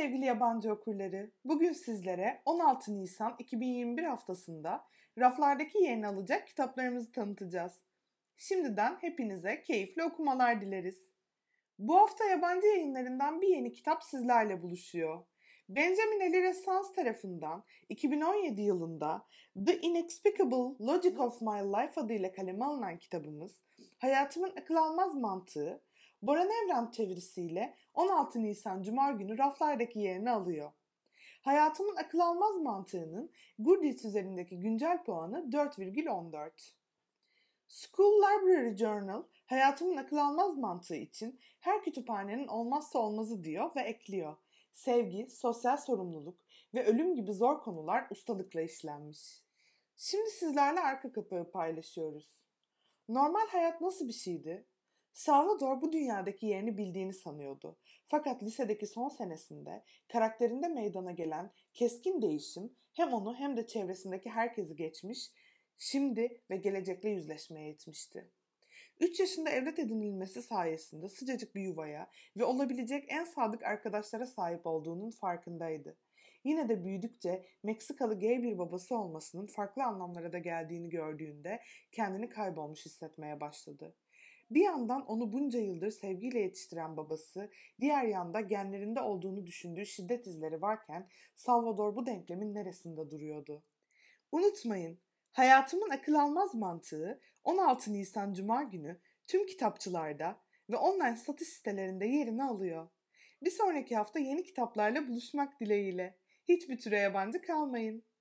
sevgili yabancı okurları. Bugün sizlere 16 Nisan 2021 haftasında raflardaki yerini alacak kitaplarımızı tanıtacağız. Şimdiden hepinize keyifli okumalar dileriz. Bu hafta yabancı yayınlarından bir yeni kitap sizlerle buluşuyor. Benjamin Eli Resans tarafından 2017 yılında The Inexplicable Logic of My Life adıyla kaleme alınan kitabımız, hayatımın akıl almaz mantığı, Boran Evren çevirisiyle 16 Nisan Cuma günü raflardaki yerini alıyor. Hayatımın akıl almaz mantığının Goodreads üzerindeki güncel puanı 4,14. School Library Journal, hayatımın akıl almaz mantığı için her kütüphanenin olmazsa olmazı diyor ve ekliyor. Sevgi, sosyal sorumluluk ve ölüm gibi zor konular ustalıkla işlenmiş. Şimdi sizlerle arka kapağı paylaşıyoruz. Normal hayat nasıl bir şeydi? Salvador bu dünyadaki yerini bildiğini sanıyordu. Fakat lisedeki son senesinde karakterinde meydana gelen keskin değişim hem onu hem de çevresindeki herkesi geçmiş, şimdi ve gelecekle yüzleşmeye yetmişti. 3 yaşında evlat edinilmesi sayesinde sıcacık bir yuvaya ve olabilecek en sadık arkadaşlara sahip olduğunun farkındaydı. Yine de büyüdükçe Meksikalı gay bir babası olmasının farklı anlamlara da geldiğini gördüğünde kendini kaybolmuş hissetmeye başladı. Bir yandan onu bunca yıldır sevgiyle yetiştiren babası, diğer yanda genlerinde olduğunu düşündüğü şiddet izleri varken Salvador bu denklemin neresinde duruyordu? Unutmayın, hayatımın akıl almaz mantığı 16 Nisan Cuma günü tüm kitapçılarda ve online satış sitelerinde yerini alıyor. Bir sonraki hafta yeni kitaplarla buluşmak dileğiyle. Hiçbir türe yabancı kalmayın.